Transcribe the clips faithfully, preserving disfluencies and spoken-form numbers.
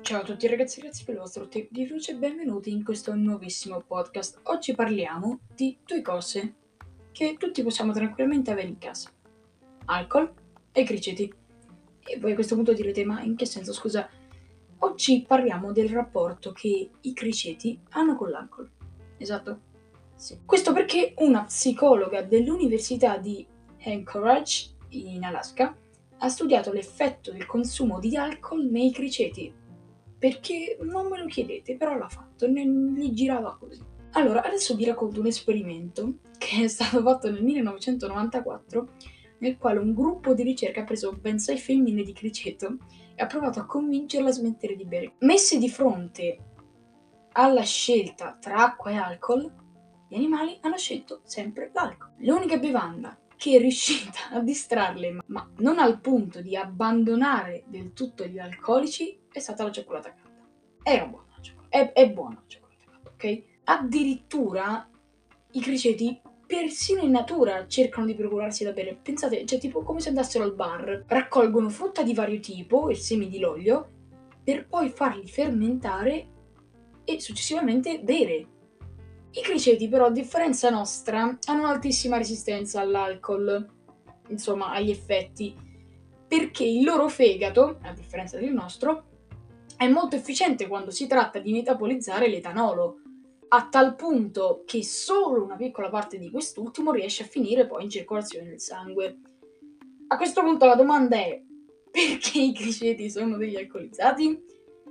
Ciao a tutti ragazzi, grazie per il vostro tempo di fiducia e benvenuti in questo nuovissimo podcast. Oggi parliamo di due cose che tutti possiamo tranquillamente avere in casa: alcol e criceti. E voi a questo punto direte: ma in che senso, scusa? Oggi parliamo del rapporto che i criceti hanno con l'alcol. Esatto? Sì. Questo perché una psicologa dell'Università di Anchorage, in Alaska, ha studiato l'effetto del consumo di alcol nei criceti. Perché non me lo chiedete, però l'ha fatto, ne gli girava così. Allora, adesso vi racconto un esperimento che è stato fatto nel millenovecentonovantaquattro, nel quale un gruppo di ricerca ha preso ben sei femmine di criceto e ha provato a convincerle a smettere di bere. Messe di fronte alla scelta tra acqua e alcol, gli animali hanno scelto sempre l'alcol. L'unica bevanda che è riuscita a distrarle, ma non al punto di abbandonare del tutto gli alcolici, è stata la cioccolata calda. Era buona la cioccolata, è, è buona la cioccolata calda, ok? Addirittura i criceti, persino in natura, cercano di procurarsi da bere. Pensate, cioè tipo come se andassero al bar, raccolgono frutta di vario tipo e semi di loglio per poi farli fermentare e successivamente bere. I criceti però, a differenza nostra, hanno un'altissima resistenza all'alcol, insomma agli effetti, perché il loro fegato, a differenza del nostro, è molto efficiente quando si tratta di metabolizzare l'etanolo, a tal punto che solo una piccola parte di quest'ultimo riesce a finire poi in circolazione nel sangue. A questo punto la domanda è: perché i criceti sono degli alcolizzati?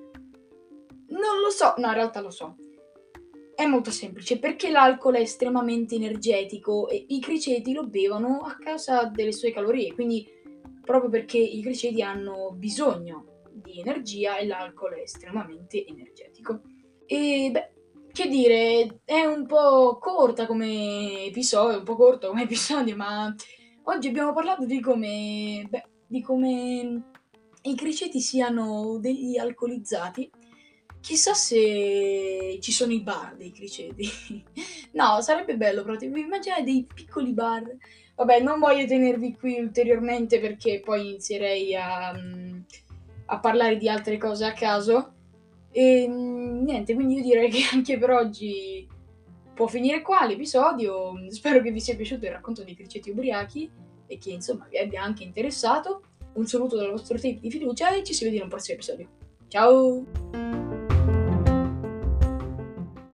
Non lo so, no, in realtà lo so. È molto semplice, perché l'alcol è estremamente energetico e i criceti lo bevono a causa delle sue calorie, quindi proprio perché i criceti hanno bisogno di energia e l'alcol è estremamente energetico. E beh, che dire, è un po' corta come episodio, un po' corto come episodio, ma oggi abbiamo parlato di come, beh, di come i criceti siano degli alcolizzati. Chissà se ci sono i bar dei criceti. No, sarebbe bello, però vi immaginate dei piccoli bar? Vabbè, non voglio tenervi qui ulteriormente perché poi inizierei a, mm, a parlare di altre cose a caso. E mm, niente, quindi io direi che anche per oggi può finire qua l'episodio. Spero che vi sia piaciuto il racconto dei criceti ubriachi e che insomma vi abbia anche interessato. Un saluto dal vostro tape di fiducia e ci si vede in un prossimo episodio. Ciao!